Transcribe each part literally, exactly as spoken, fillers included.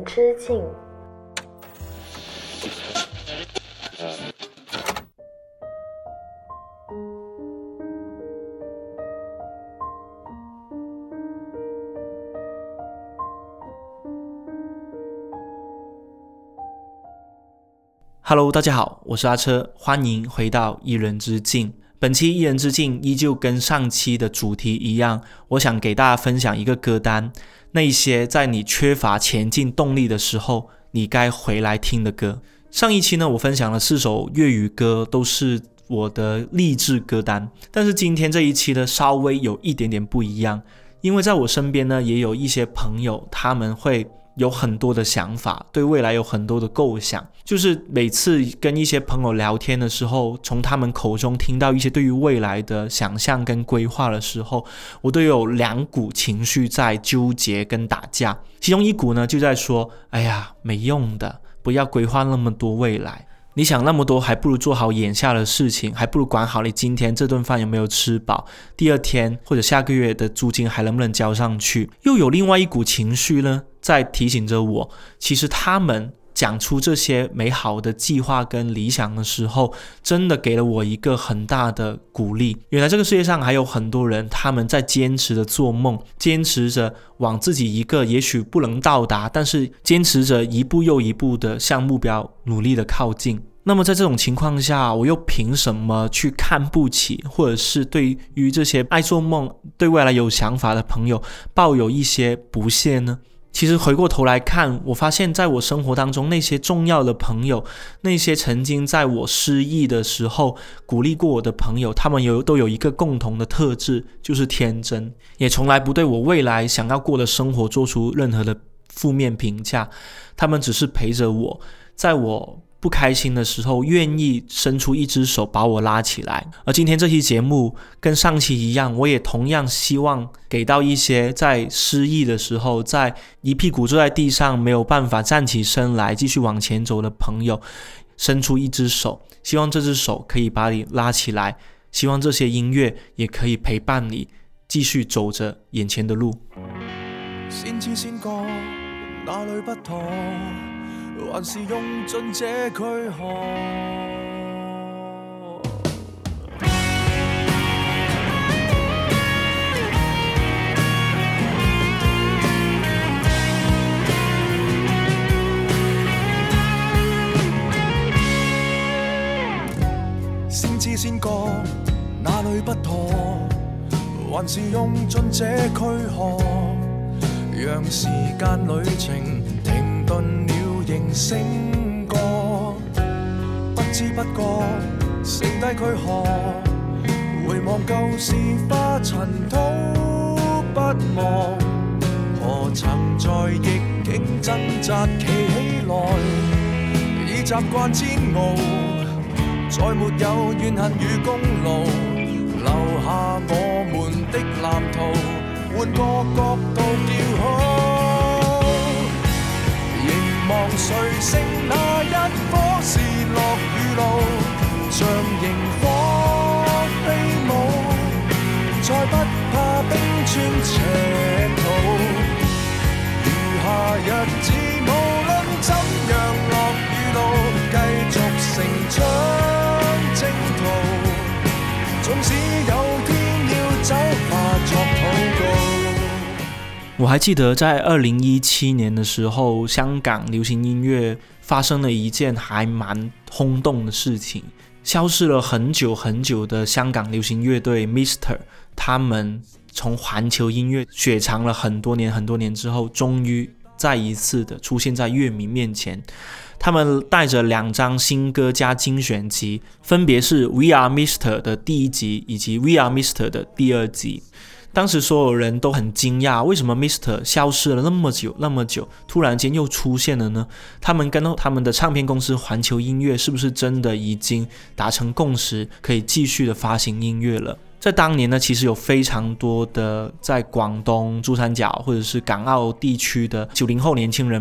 之境。 Hello， 大家好，我是阿车，欢迎回到一人之境。本期一人之境依旧跟上期的主题一样，我想给大家分享一个歌单，那一些在你缺乏前进动力的时候，你该回来听的歌。上一期呢，我分享了四首粤语歌，都是我的励志歌单，但是今天这一期呢，稍微有一点点不一样，因为在我身边呢，也有一些朋友，他们会有很多的想法，对未来有很多的构想，就是每次跟一些朋友聊天的时候，从他们口中听到一些对于未来的想象跟规划的时候，我都有两股情绪在纠结跟打架。其中一股呢，就在说，哎呀，没用的，不要规划那么多未来，你想那么多，还不如做好眼下的事情，还不如管好你今天这顿饭有没有吃饱，第二天或者下个月的租金还能不能交上去。又有另外一股情绪呢，在提醒着我，其实他们讲出这些美好的计划跟理想的时候，真的给了我一个很大的鼓励。原来这个世界上还有很多人，他们在坚持着做梦，坚持着往自己一个也许不能到达，但是坚持着一步又一步的向目标努力的靠近。那么在这种情况下，我又凭什么去看不起，或者是对于这些爱做梦、对未来有想法的朋友抱有一些不屑呢？其实回过头来看，我发现在我生活当中那些重要的朋友，那些曾经在我失意的时候鼓励过我的朋友，他们有都有一个共同的特质，就是天真，也从来不对我未来想要过的生活做出任何的负面评价。他们只是陪着我，在我不开心的时候愿意伸出一只手把我拉起来。而今天这期节目跟上期一样，我也同样希望给到一些在失意的时候，在一屁股坐在地上没有办法站起身来继续往前走的朋友，伸出一只手，希望这只手可以把你拉起来，希望这些音乐也可以陪伴你继续走着眼前的路。 先知先覺哪裡不妥，還是用盡這軀殼。先知先覺哪裡不妥，還是用盡這軀殼，讓時間旅程停頓了。仍升過，不知不覺剩低軀殼，回望舊事化塵土不忘，何曾在逆境掙扎企起來，已習慣煎熬，再沒有怨恨與功勞，留下我們的藍圖，換個角度叫好。望誰勝那一顆是落雨路，像螢火飛舞，再不怕冰川赤土。餘下日子無論怎樣落雨路，繼續成長征途，縱使有天要走化作禱告。 我还记得在二零一七年的时候，香港流行音乐发生了一件还蛮轰动的事情，消失了很久很久的香港流行乐队 Mister， 他们从环球音乐雪藏了很多年很多年之后，终于再一次的出现在乐迷面前。他们带着两张新歌加精选集，分别是 We Are Mister 的第一集以及 We Are Mister 的第二集。当时所有人都很惊讶，为什么 Mister 消失了那么久那么久，突然间又出现了呢？他们跟他们的唱片公司环球音乐是不是真的已经达成共识，可以继续的发行音乐了？在当年呢，其实有非常多的在广东、珠三角或者是港澳地区的九零后年轻人们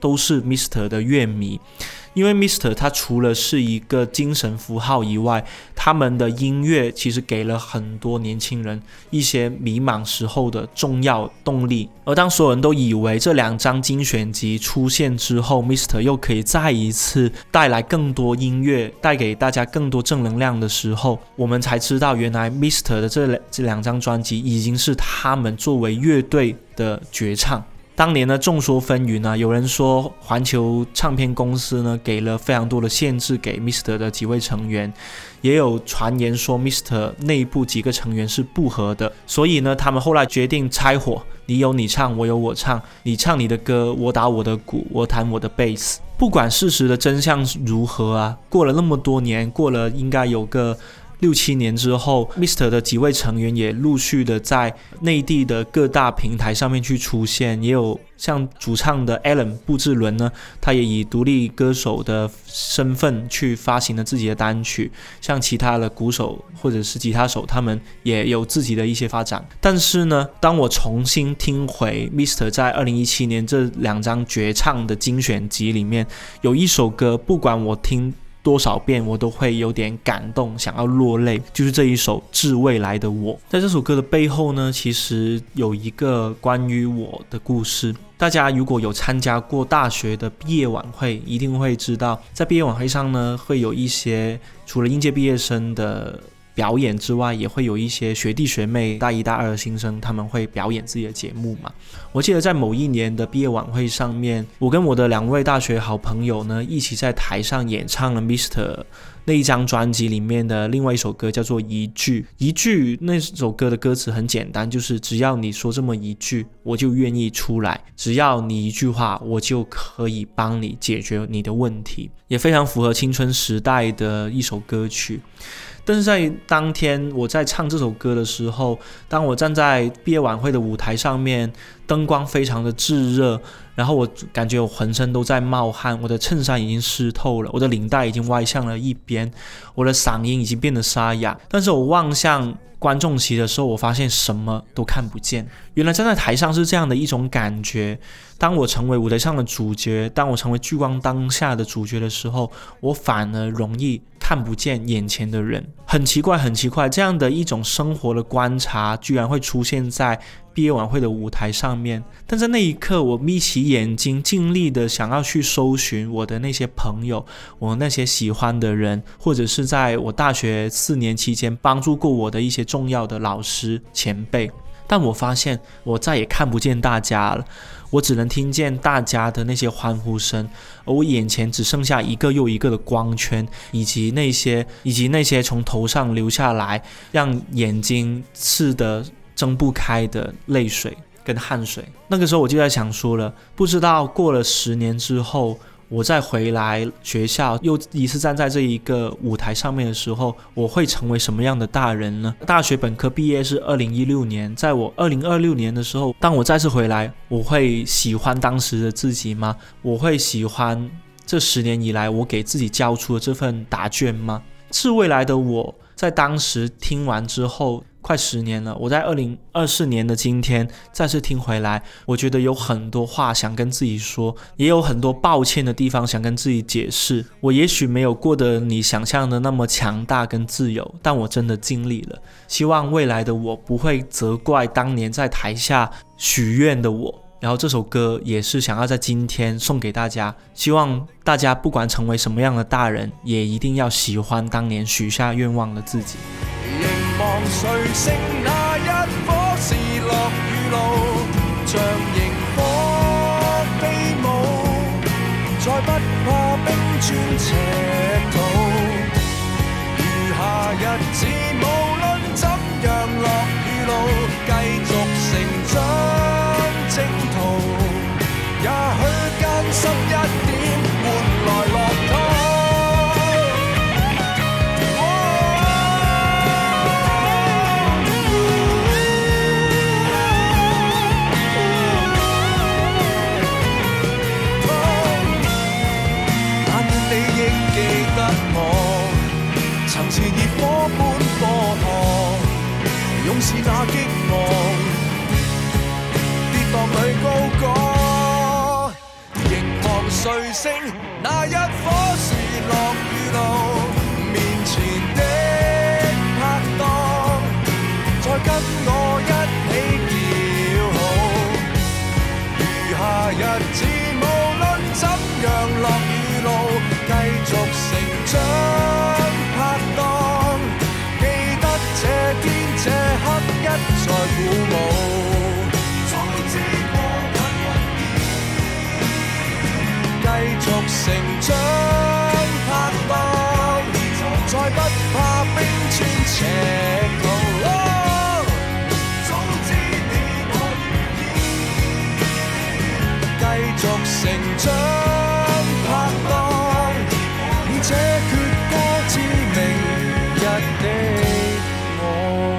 都是 Mister 的乐迷。因为 Mister 他除了是一个精神符号以外，他们的音乐其实给了很多年轻人一些迷茫时候的重要动力。而当所有人都以为这两张精选集出现之后， Mister 又可以再一次带来更多音乐，带给大家更多正能量的时候，我们才知道原来 Mister 的这这两张专辑已经是他们作为乐队的绝唱。当年呢众说纷纭啊，有人说环球唱片公司呢给了非常多的限制给 Mister 的几位成员，也有传言说 Mister 内部几个成员是不合的，所以呢他们后来决定拆伙，你有你唱，我有我唱，你唱你的歌，我打我的鼓，我弹我的贝斯。不管事实的真相如何啊，过了那么多年，过了应该有个六七年之后， Mister 的几位成员也陆续的在内地的各大平台上面去出现，也有像主唱的 Alan 布志伦呢，他也以独立歌手的身份去发行了自己的单曲，像其他的鼓手或者是吉他手，他们也有自己的一些发展。但是呢，当我重新听回 Mister 在二零一七年这两张绝唱的精选集里面，有一首歌不管我听多少遍我都会有点感动，想要落泪，就是这一首《致未来的我》。在这首歌的背后呢，其实有一个关于我的故事。大家如果有参加过大学的毕业晚会，一定会知道，在毕业晚会上呢，会有一些除了应届毕业生的表演之外，也会有一些学弟学妹大一大二的新生，他们会表演自己的节目嘛。我记得在某一年的毕业晚会上面，我跟我的两位大学好朋友呢，一起在台上演唱了 Mister 那一张专辑里面的另外一首歌，叫做一句。一句那首歌的歌词很简单，就是只要你说这么一句，我就愿意出来，只要你一句话，我就可以帮你解决你的问题，也非常符合青春时代的一首歌曲。但是在当天我在唱这首歌的时候，当我站在毕业晚会的舞台上面，灯光非常的炙热，然后我感觉我浑身都在冒汗，我的衬衫已经湿透了，我的领带已经歪向了一边，我的嗓音已经变得沙哑。但是我望向观众席的时候，我发现什么都看不见。原来站在台上是这样的一种感觉，当我成为舞台上的主角，当我成为聚光灯下的主角的时候，我反而容易看不见眼前的人。很奇怪很奇怪，这样的一种生活的观察居然会出现在毕业晚会的舞台上面。但在那一刻，我眯起眼睛，尽力的想要去搜寻我的那些朋友，我那些喜欢的人，或者是在我大学四年期间帮助过我的一些重要的老师前辈。但我发现我再也看不见大家了，我只能听见大家的那些欢呼声，而我眼前只剩下一个又一个的光圈，以及那些以及那些从头上流下来让眼睛刺得睁不开的泪水跟汗水。那个时候我就在想说了，不知道过了十年之后，我再回来学校又一次站在这一个舞台上面的时候，我会成为什么样的大人呢？大学本科毕业是二零一六年，在我二零二六年的时候，当我再次回来，我会喜欢当时的自己吗？我会喜欢这十年以来我给自己交出的这份答卷吗？是未来的我在当时听完之后快十年了，我在二零二四年的今天再次听回来，我觉得有很多话想跟自己说，也有很多抱歉的地方想跟自己解释。我也许没有过得你想象的那么强大跟自由，但我真的尽力了。希望未来的我不会责怪当年在台下许愿的我。然后这首歌也是想要在今天送给大家，希望大家不管成为什么样的大人，也一定要喜欢当年许下愿望的自己。 凝望谁胜那一顆是樂與怒，像螢火飛舞，再不怕冰川赤土。餘下日子無論怎樣樂與怒，繼續成長征途，也許艱辛一點換來樂土。曾是熱火般火燙，勇士那激昂，跌宕裏高歌，凝望谁胜？那一伙是落雨路，面前的拍档，再跟我一起叫好。餘下日子無論怎樣落雨路，繼續成長拍檔，記得這天這刻一再鼓舞。繼續成長拍檔，再不怕冰川赤道。哦，早知你我願意繼續成長拍檔，這闕歌至明日的我。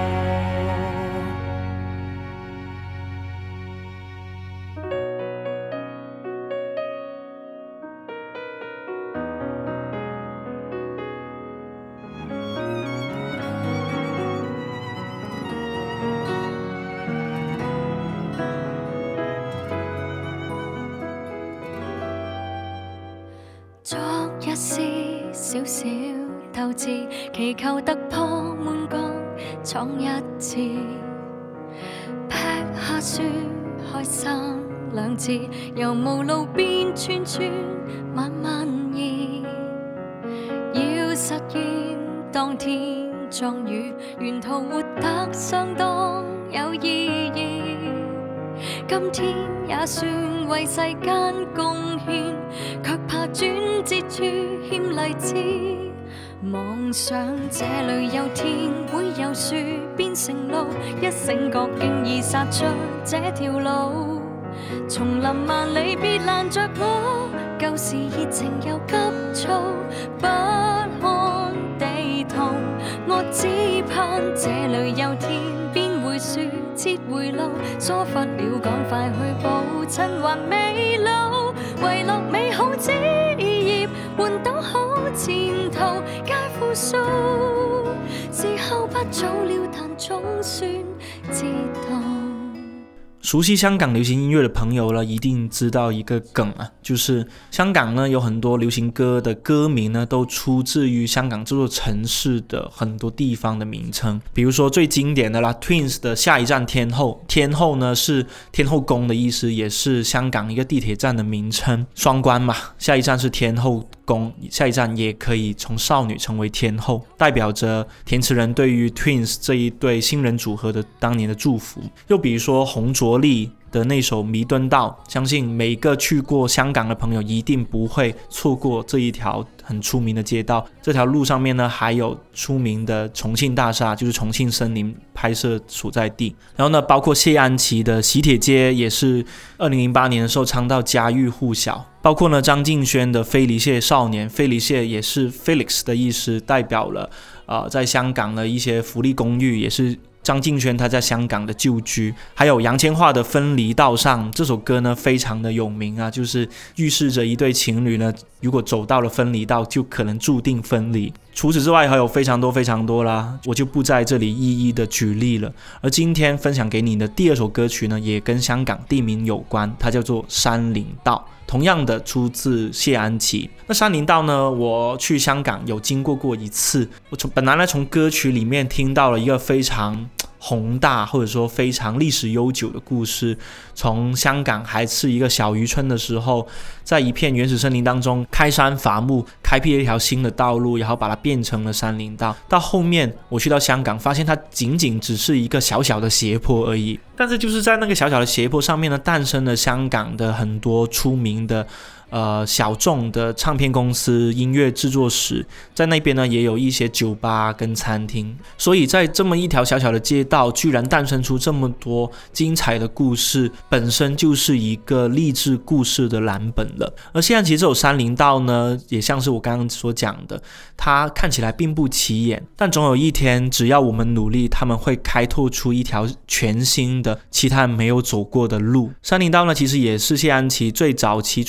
昨日是小小鬥志，祈求突破滿江闖一次，劈下雪開心兩字，由無路邊穿穿慢慢移，要實現當天壯語，沿途活得相當有意義。今天也算為世間貢獻，卻怕轉折處欠勵志。妄想這裏有天會有樹變成路，一醒覺竟已殺出這條路。叢林萬里別攔着我，舊時熱情又急躁，不看地圖，我只盼這裏有天變回樹設回路，疏忽了趕快去報襯還未老，遺落美好枝葉換到好前途皆負數，時候不早了但總算知道。 熟悉香港流行音乐的朋友呢，一定知道一个梗啊，就是香港呢有很多流行歌的歌名呢，都出自于香港这座城市的很多地方的名称。比如说最经典的啦 ，Twins 的下一站天后，天后呢是天后宫的意思，也是香港一个地铁站的名称。双关嘛，下一站是天后宫，下一站也可以从少女成为天后，代表着填词人对于 Twins 这一对新人组合的当年的祝福。又比如说洪卓立的那首弥敦道，相信每个去过香港的朋友一定不会错过这一条很出名的街道。这条路上面呢还有出名的重庆大厦，就是重庆森林拍摄所在地。然后呢包括谢安琪的喜帖街也是二零零八年的时候唱到家喻户晓，包括呢张敬轩的菲黎谢少年，菲黎谢也是 Felix 的意思，代表了呃在香港的一些福利公寓，也是张敬轩他在香港的旧居。还有杨千嬅的分离道上，这首歌呢非常的有名啊，就是预示着一对情侣呢如果走到了分离道就可能注定分离。除此之外还有非常多非常多啦，我就不在这里一一的举例了。而今天分享给你的第二首歌曲呢也跟香港地名有关，它叫做山林道，同样的出自谢安琪。那山林道呢我去香港有经过过一次，我从本来呢从歌曲里面听到了一个非常宏大或者说非常历史悠久的故事，从香港还是一个小渔村的时候，在一片原始森林当中开山伐木，开辟了一条新的道路，然后把它变成了山林道。到后面我去到香港，发现它仅仅只是一个小小的斜坡而已，但是就是在那个小小的斜坡上面呢，诞生了香港的很多出名的呃小众的唱片公司、音乐制作室，在那边呢也有一些酒吧跟餐厅。所以在这么一条小小的街道居然诞生出这么多精彩的故事，本身就是一个励志故事的蓝本了。而现在其实这首山林道呢也像是我刚刚所讲的，它看起来并不起眼，但总有一天只要我们努力，他们会开拓出一条全新的其他人没有走过的路。山林道呢其实也是谢安琪最早期出道的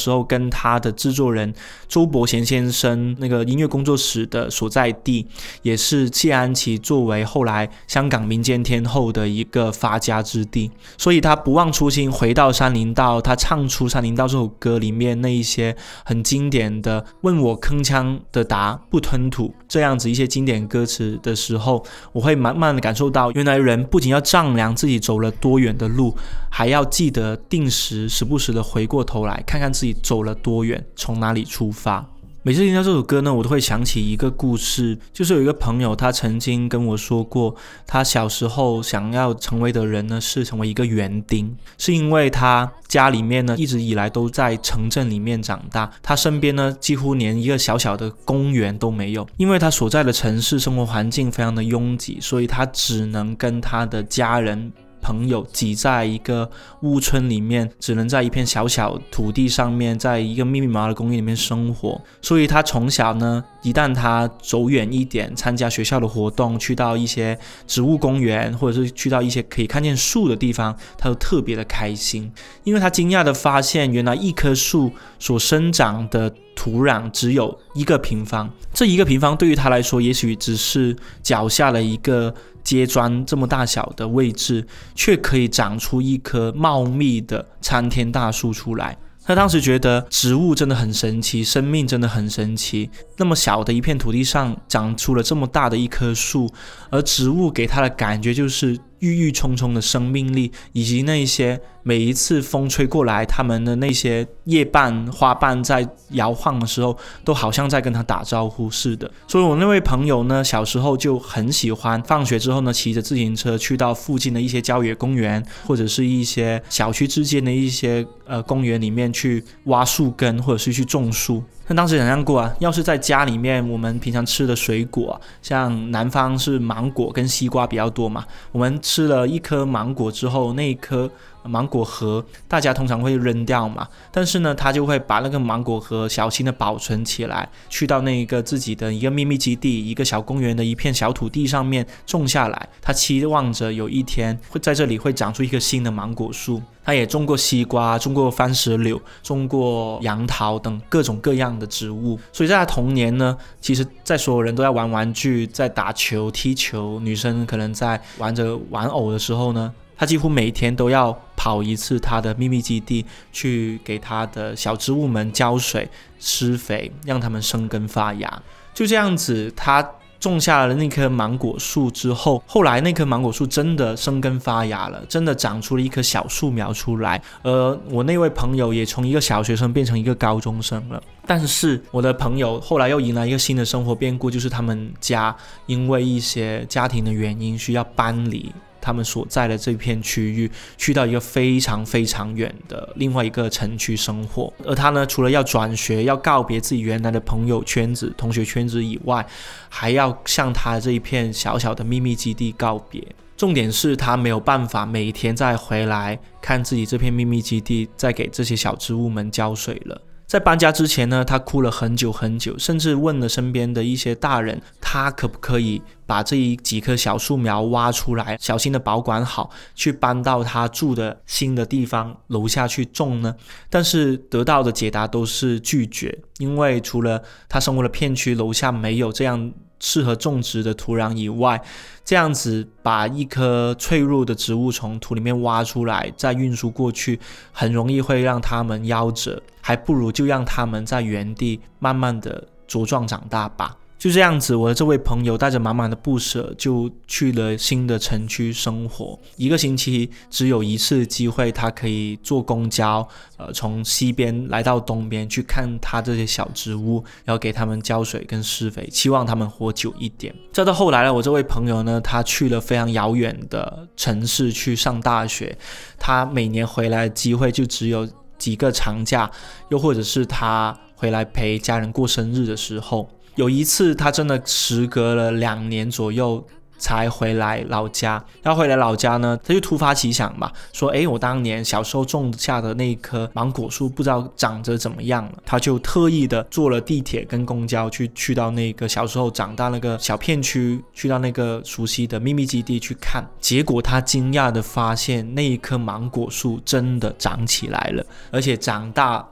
时候跟他的制作人周伯贤先生那个音乐工作室的所在地，也是谢安琪作为后来香港民间天后的一个发家之地。所以他不忘初心，回到山林道，他唱出山林道这首歌里面那一些很经典的问我铿锵的答不吞吐这样子一些经典歌词的时候，我会慢慢的感受到，原来人不仅要丈量自己走了多远的路，还要记得定时时不时的回过头来看看自己走了多远，从哪里出发。每次听到这首歌呢，我都会想起一个故事，就是有一个朋友，他曾经跟我说过，他小时候想要成为的人呢，是成为一个园丁，是因为他家里面呢一直以来都在城镇里面长大，他身边呢几乎连一个小小的公园都没有，因为他所在的城市生活环境非常的拥挤，所以他只能跟他的家人朋友挤在一个屋村里面，只能在一片小小土地上面，在一个密密麻麻的公寓里面生活。所以他从小呢，一旦他走远一点，参加学校的活动，去到一些植物公园，或者是去到一些可以看见树的地方，他都特别的开心。因为他惊讶的发现，原来一棵树所生长的土壤只有一个平方，这一个平方对于他来说也许只是脚下的一个阶砖这么大小的位置，却可以长出一棵茂密的参天大树出来。他当时觉得植物真的很神奇，生命真的很神奇，那么小的一片土地上长出了这么大的一棵树，而植物给他的感觉就是郁郁葱葱的生命力，以及那些每一次风吹过来，他们的那些叶瓣花瓣在摇晃的时候，都好像在跟他打招呼似的。所以我那位朋友呢，小时候就很喜欢放学之后呢，骑着自行车去到附近的一些郊野公园，或者是一些小区之间的一些呃公园里面去挖树根，或者是去种树。那当时想象过啊，要是在家里面，我们平常吃的水果，像南方是芒果跟西瓜比较多嘛，我们吃了一颗芒果之后，那一颗芒果核大家通常会扔掉嘛，但是呢他就会把那个芒果核小心的保存起来，去到那个自己的一个秘密基地，一个小公园的一片小土地上面种下来，他期望着有一天会在这里会长出一棵新的芒果树。他也种过西瓜，种过番石榴，种过杨桃等各种各样的植物。所以在他童年呢，其实在所有人都在玩玩具，在打球踢球，女生可能在玩着玩偶的时候呢，他几乎每天都要跑一次他的秘密基地，去给他的小植物们浇水施肥，让他们生根发芽。就这样子，他种下了那棵芒果树之后，后来那棵芒果树真的生根发芽了，真的长出了一棵小树苗出来。而我那位朋友也从一个小学生变成一个高中生了。但是我的朋友后来又迎来一个新的生活变故，就是他们家因为一些家庭的原因需要搬离他们所在的这片区域，去到一个非常非常远的另外一个城区生活。而他呢，除了要转学，要告别自己原来的朋友圈子、同学圈子以外，还要向他这一片小小的秘密基地告别。重点是他没有办法每天再回来看自己这片秘密基地，再给这些小植物们浇水了。在搬家之前呢，他哭了很久很久，甚至问了身边的一些大人，他可不可以把这几棵小树苗挖出来，小心的保管好，去搬到他住的新的地方楼下去种呢？但是得到的解答都是拒绝，因为除了他生活的片区楼下没有这样适合种植的土壤以外，这样子把一棵脆弱的植物从土里面挖出来再运输过去，很容易会让它们夭折，还不如就让它们在原地慢慢的茁壮长大吧。就这样子，我的这位朋友带着满满的不舍，就去了新的城区生活。一个星期只有一次机会，他可以坐公交，呃，从西边来到东边去看他这些小植物，然后给他们浇水跟施肥，期望他们活久一点。再到后来呢，我这位朋友呢，他去了非常遥远的城市去上大学，他每年回来的机会就只有几个长假，又或者是他回来陪家人过生日的时候。有一次他真的时隔了两年左右才回来老家，要回来老家呢，他就突发奇想嘛，说诶，我当年小时候种下的那棵芒果树不知道长着怎么样了。他就特意的坐了地铁跟公交去去到那个小时候长大那个小片区，去到那个熟悉的秘密基地去看。结果他惊讶的发现，那一棵芒果树真的长起来了，而且长大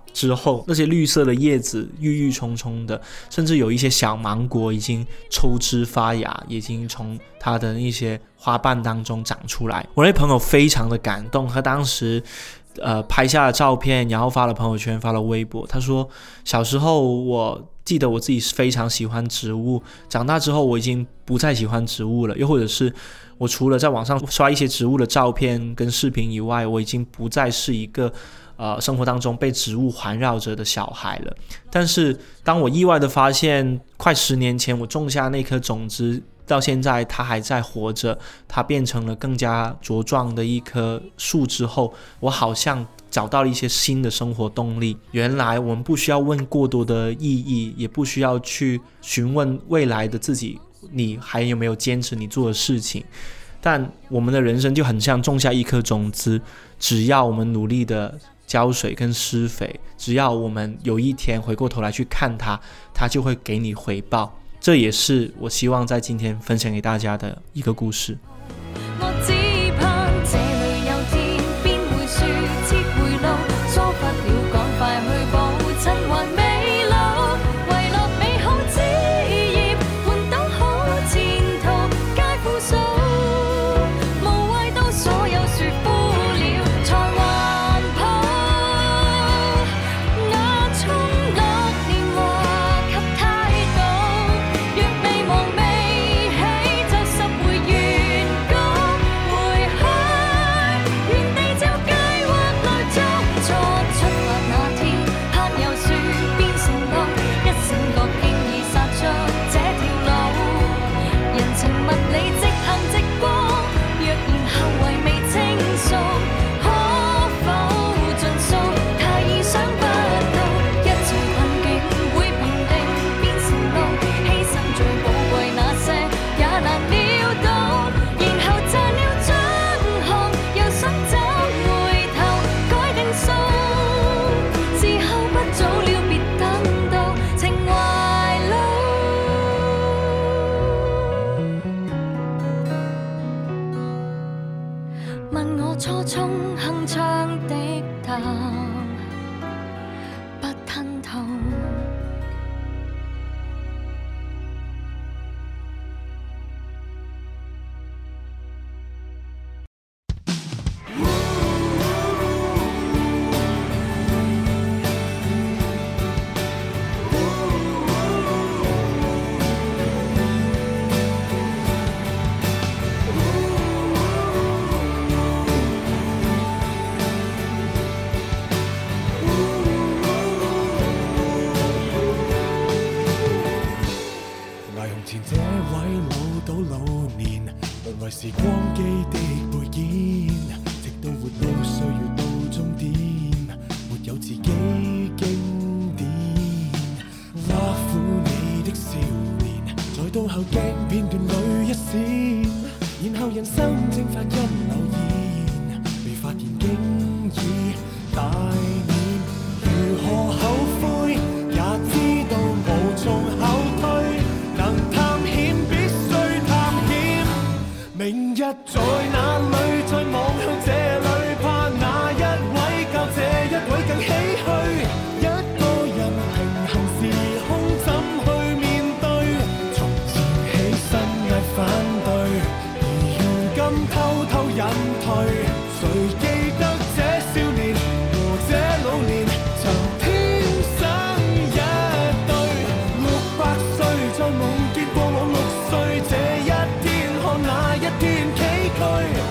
之后，那些绿色的叶子郁郁葱葱的，甚至有一些小芒果已经抽枝发芽，已经从它的一些花瓣当中长出来。我那朋友非常的感动，他当时呃拍下了照片，然后发了朋友圈，发了微博。他说，小时候我记得我自己非常喜欢植物，长大之后我已经不再喜欢植物了，又或者是我除了在网上刷一些植物的照片跟视频以外，我已经不再是一个呃，生活当中被植物环绕着的小孩了。但是当我意外的发现，快十年前我种下那颗种子，到现在它还在活着，它变成了更加茁壮的一棵树之后，我好像找到了一些新的生活动力。原来我们不需要问过多的意义，也不需要去询问未来的自己，你还有没有坚持你做的事情。但我们的人生就很像种下一颗种子，只要我们努力的浇水跟施肥，只要我们有一天回过头来去看它，它就会给你回報。这也是我希望在今天分享给大家的一个故事。 我只盼這裏有天邊會樹枝回路，疏忽了趕快去補襯還未老，遺落美好枝葉盤到好前途皆負數，無謂到所有樹枯了才還抱，那衝落年華給態度，若未忘未起就拾回原稿，回去原地就計劃來做，初出發那天攀有樹變成路，一醒覺經已殺出這條路，人情物理即行即過，若然後遺未清數，可否盡數？太意想不到，一切困境會平定變成路，犧牲最寶貴那些也難料到，然後賺了獎項又想找回頭改定數，時候不早了別等到情懷老。問我初衷鏗鏘的頭，不吞吐。 霓虹前這位老到老年，淪為時光機的背肩，直到活到歲月到終點，沒有自己經典。挖苦你的少年，在倒後鏡片段裏一閃，然後人生蒸發因偶然，未發現經已大年。如何後悔，也知道無從後退。能探險必須探險，明日在哪裏？再望向這裏，怕那一位較這一位更唏噓。一個人平行時空怎去面對？從前起身嗌反對，而如今偷偷隱退。誰記得這少年和這老年曾天生一對？六百歲再夢見過我六歲這一天，看那一天崎嶇。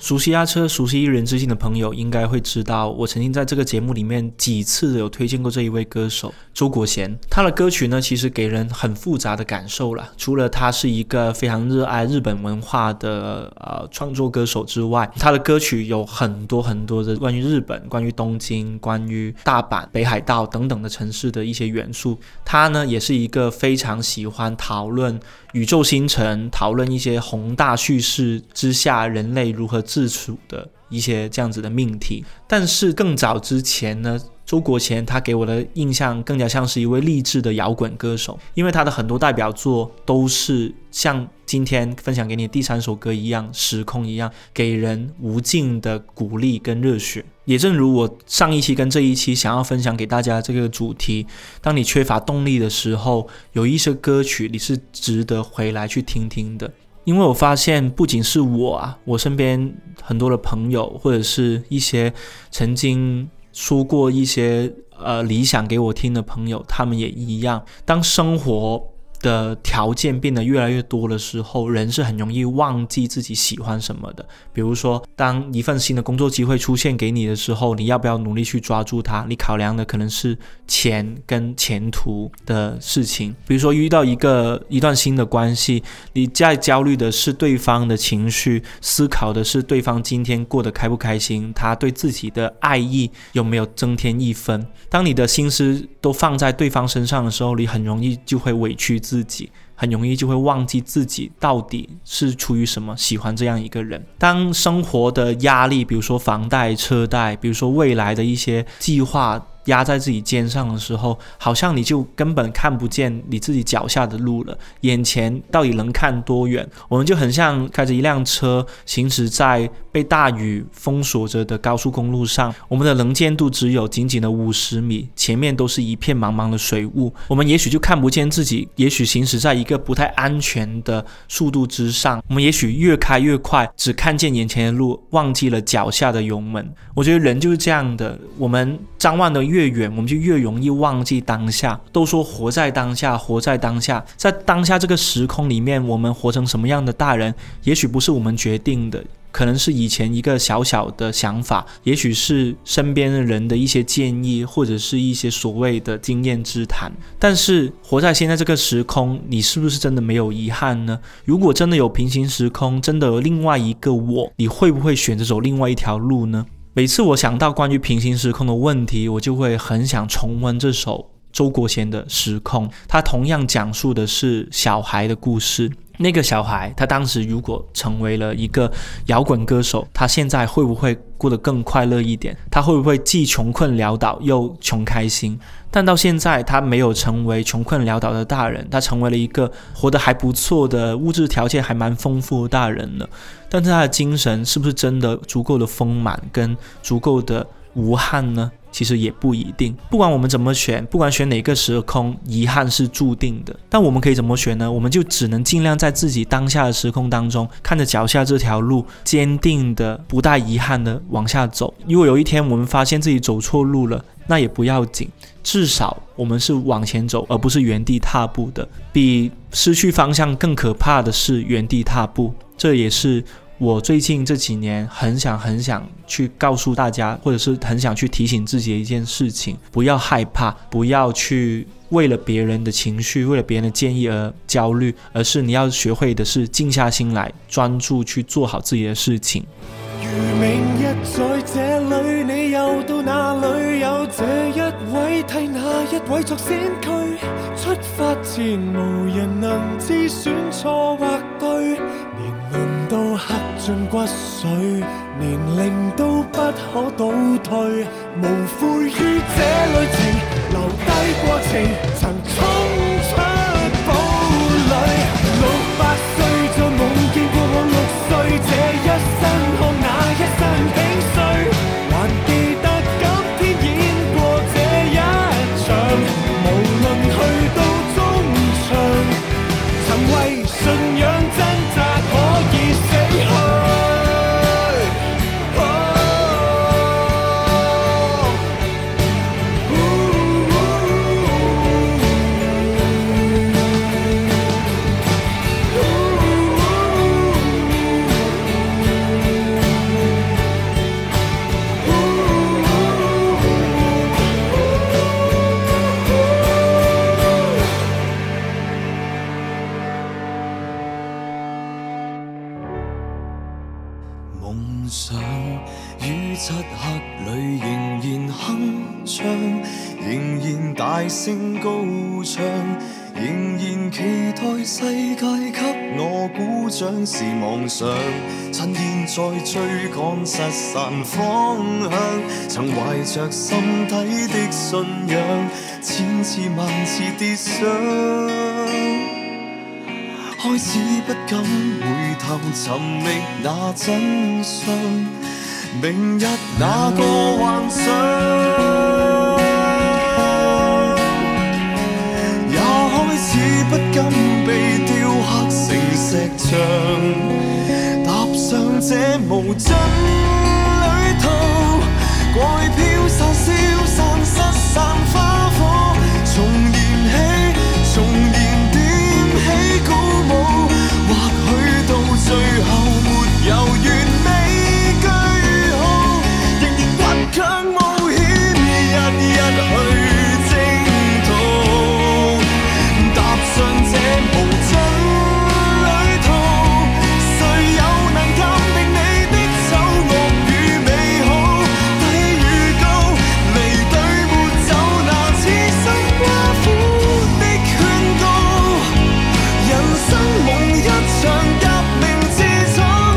熟悉阿车、熟悉一人之境的朋友应该会知道，我曾经在这个节目里面几次有推荐过这一位歌手周国贤。他的歌曲呢，其实给人很复杂的感受啦。除了他是一个非常热爱日本文化的呃创作歌手之外，他的歌曲有很多很多的关于日本、关于东京、关于大阪、北海道等等的城市的一些元素。他呢，也是一个非常喜欢讨论宇宙星辰，讨论一些宏大叙事之下人类如何自处的一些这样子的命题。但是更早之前呢，周国贤他给我的印象更加像是一位励志的摇滚歌手，因为他的很多代表作都是像今天分享给你的第三首歌一样，时空一样，给人无尽的鼓励跟热血。也正如我上一期跟这一期想要分享给大家这个主题，当你缺乏动力的时候，有一些歌曲你是值得回来去听听的。因为我发现不仅是我啊，我身边很多的朋友或者是一些曾经说过一些呃理想给我听的朋友，他们也一样。当生活的条件变得越来越多的时候，人是很容易忘记自己喜欢什么的。比如说，当一份新的工作机会出现给你的时候，你要不要努力去抓住它？你考量的可能是钱跟前途的事情。比如说，遇到一个一段新的关系，你在焦虑的是对方的情绪，思考的是对方今天过得开不开心，他对自己的爱意有没有增添一分。当你的心思都放在对方身上的时候，你很容易就会委屈自己，很容易就会忘记自己到底是出于什么喜欢这样一个人。当生活的压力，比如说房贷、车贷，比如说未来的一些计划压在自己肩上的时候，好像你就根本看不见你自己脚下的路了，眼前到底能看多远？我们就很像开着一辆车行驶在被大雨封锁着的高速公路上，我们的能见度只有仅仅的五十米，前面都是一片茫茫的水雾，我们也许就看不见自己，也许行驶在一个不太安全的速度之上，我们也许越开越快，只看见眼前的路，忘记了脚下的油门。我觉得人就是这样的，我们张望的越远，我们就越容易忘记当下。都说活在当下，活在当下，在当下这个时空里面，我们活成什么样的大人，也许不是我们决定的，可能是以前一个小小的想法，也许是身边的人的一些建议，或者是一些所谓的经验之谈。但是活在现在这个时空，你是不是真的没有遗憾呢？如果真的有平行时空，真的有另外一个我，你会不会选择走另外一条路呢？每次我想到关于平行时空的问题，我就会很想重温这首周国贤的《时空》，他同样讲述的是小孩的故事。那个小孩他当时如果成为了一个摇滚歌手，他现在会不会过得更快乐一点？他会不会既穷困潦倒又穷开心？但到现在他没有成为穷困潦倒的大人，他成为了一个活得还不错的物质条件还蛮丰富的大人了。但是他的精神是不是真的足够的丰满跟足够的无憾呢？其实也不一定。不管我们怎么选，不管选哪个时空，遗憾是注定的。但我们可以怎么选呢？我们就只能尽量在自己当下的时空当中，看着脚下这条路，坚定的不带遗憾的往下走。如果有一天我们发现自己走错路了，那也不要紧，至少我们是往前走，而不是原地踏步的。比失去方向更可怕的是原地踏步。这也是我最近这几年很想很想去告诉大家，或者是很想去提醒自己的一件事情：不要害怕，不要去为了别人的情绪，为了别人的建议而焦虑，而是你要学会的是静下心来，专注去做好自己的事情。 如明日在這裏，你又到哪裏？有這一位替那一位作先驅，出發前無人能知選錯或對，年輪都刻進骨髓，年齡都不可倒退，無悔於這旅程，留低過程，曾衝出堡壘，六八歲就夢見過我六歲，這一生看那一生輕碎，還記得今天演過這一場，無論去到中場，曾為信仰掙扎可以死去。 於漆黑裏仍然哼唱，仍然大聲高唱，仍然期待世界給我鼓掌是妄想。趁現在追趕失散方向，曾懷着心底的信仰，千次萬次跌傷，開始不敢回頭尋覓那真相，明日那個幻想，也開始不敢被雕刻成石像，踏上這無盡旅途，過去飄散消散失散花火，重燃起重燃點起鼓舞，或許到最後沒有完美句號，仍然倔強冒險，日日去征途，踏上這無盡旅途，誰又能鑑定你的醜惡與美好？睇預告，離隊沒走，那似心挖苦的勸告，人生夢一場革命之蒼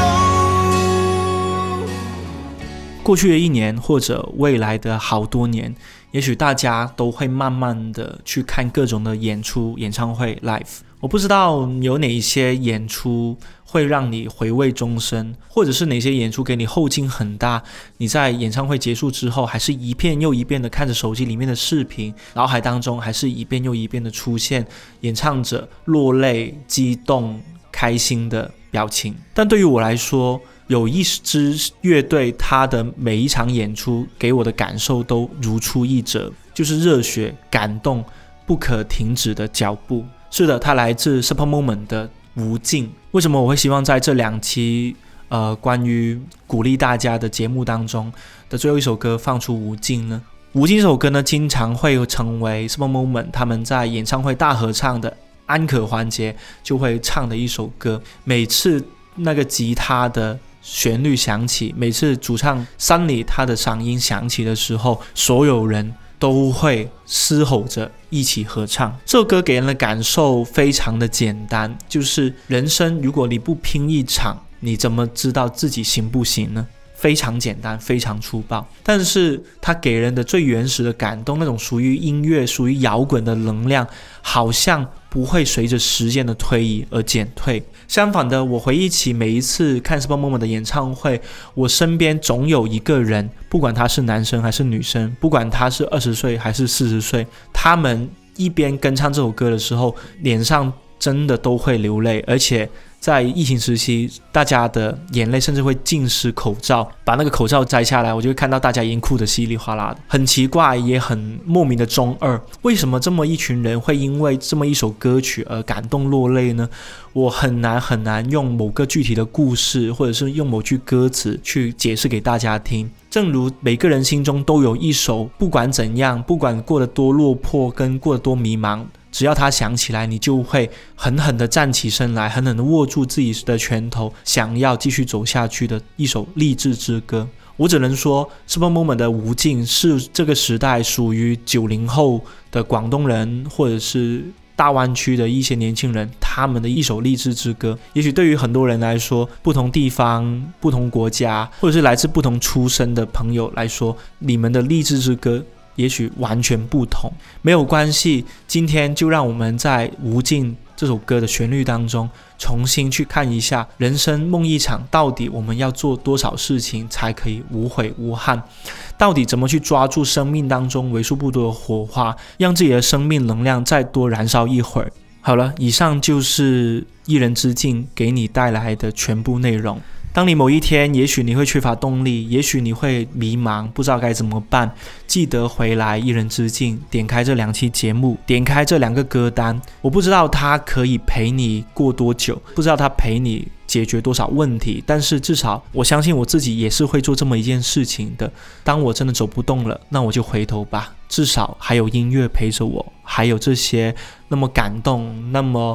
老。 过去的一年或者未来的好多年，也许大家都会慢慢的去看各种的演出、演唱会 live。我不知道有哪一些演出会让你回味终身，或者是哪些演出给你后劲很大，你在演唱会结束之后还是一遍又一遍的看着手机里面的视频，脑海当中还是一遍又一遍的出现演唱者落泪、激动、开心的表情。但对于我来说，有一支乐队它的每一场演出给我的感受都如出一辙，就是热血、感动、不可停止的脚步。是的，它来自 Super Moment 的无尽。为什么我会希望在这两期呃关于鼓励大家的节目当中的最后一首歌放出无尽呢？无尽这首歌呢，经常会成为 Super Moment 他们在演唱会大合唱的安可环节就会唱的一首歌。每次那个吉他的旋律响起，每次主唱山里他的嗓音响起的时候，所有人都会嘶吼着一起合唱。这首歌给人的感受非常的简单，就是人生如果你不拼一场，你怎么知道自己行不行呢？非常简单，非常粗暴，但是它给人的最原始的感动，那种属于音乐、属于摇滚的能量，好像不会随着时间的推移而减退。相反的，我回忆起每一次看 Super Moment 的演唱会，我身边总有一个人，不管他是男生还是女生，不管他是二十岁还是四十岁，他们一边跟唱这首歌的时候，脸上真的都会流泪，而且在疫情时期，大家的眼泪甚至会浸湿口罩，把那个口罩摘下来，我就会看到大家已经哭得稀里哗啦的，很奇怪，也很莫名的中二。为什么这么一群人会因为这么一首歌曲而感动落泪呢？我很难很难用某个具体的故事，或者是用某句歌词去解释给大家听。正如每个人心中都有一首，不管怎样，不管过得多落魄跟过得多迷茫，只要他想起来，你就会狠狠地站起身来，狠狠地握住自己的拳头，想要继续走下去的一首励志之歌。我只能说 Super Moment 的无尽是这个时代属于九零后的广东人，或者是大湾区的一些年轻人，他们的一首励志之歌。也许对于很多人来说，不同地方、不同国家，或者是来自不同出身的朋友来说，你们的励志之歌也许完全不同。没有关系，今天就让我们在无尽这首歌的旋律当中重新去看一下人生梦一场，到底我们要做多少事情才可以无悔无憾，到底怎么去抓住生命当中为数不多的火花，让自己的生命能量再多燃烧一会儿。好了，以上就是一人之境给你带来的全部内容。当你某一天，也许你会缺乏动力，也许你会迷茫，不知道该怎么办，记得回来一人之境，点开这两期节目，点开这两个歌单。我不知道它可以陪你过多久，不知道它陪你解决多少问题，但是至少我相信我自己也是会做这么一件事情的。当我真的走不动了，那我就回头吧，至少还有音乐陪着我，还有这些那么感动、那么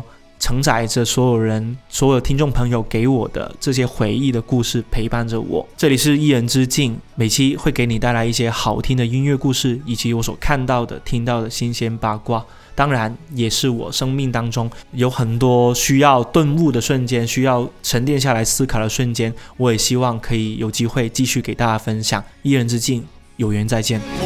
承载着所有人所有听众朋友给我的这些回忆的故事陪伴着我。这里是一人之境，每期会给你带来一些好听的音乐故事，以及我所看到的听到的新鲜八卦，当然也是我生命当中有很多需要顿悟的瞬间，需要沉淀下来思考的瞬间，我也希望可以有机会继续给大家分享。一人之境，有缘再见。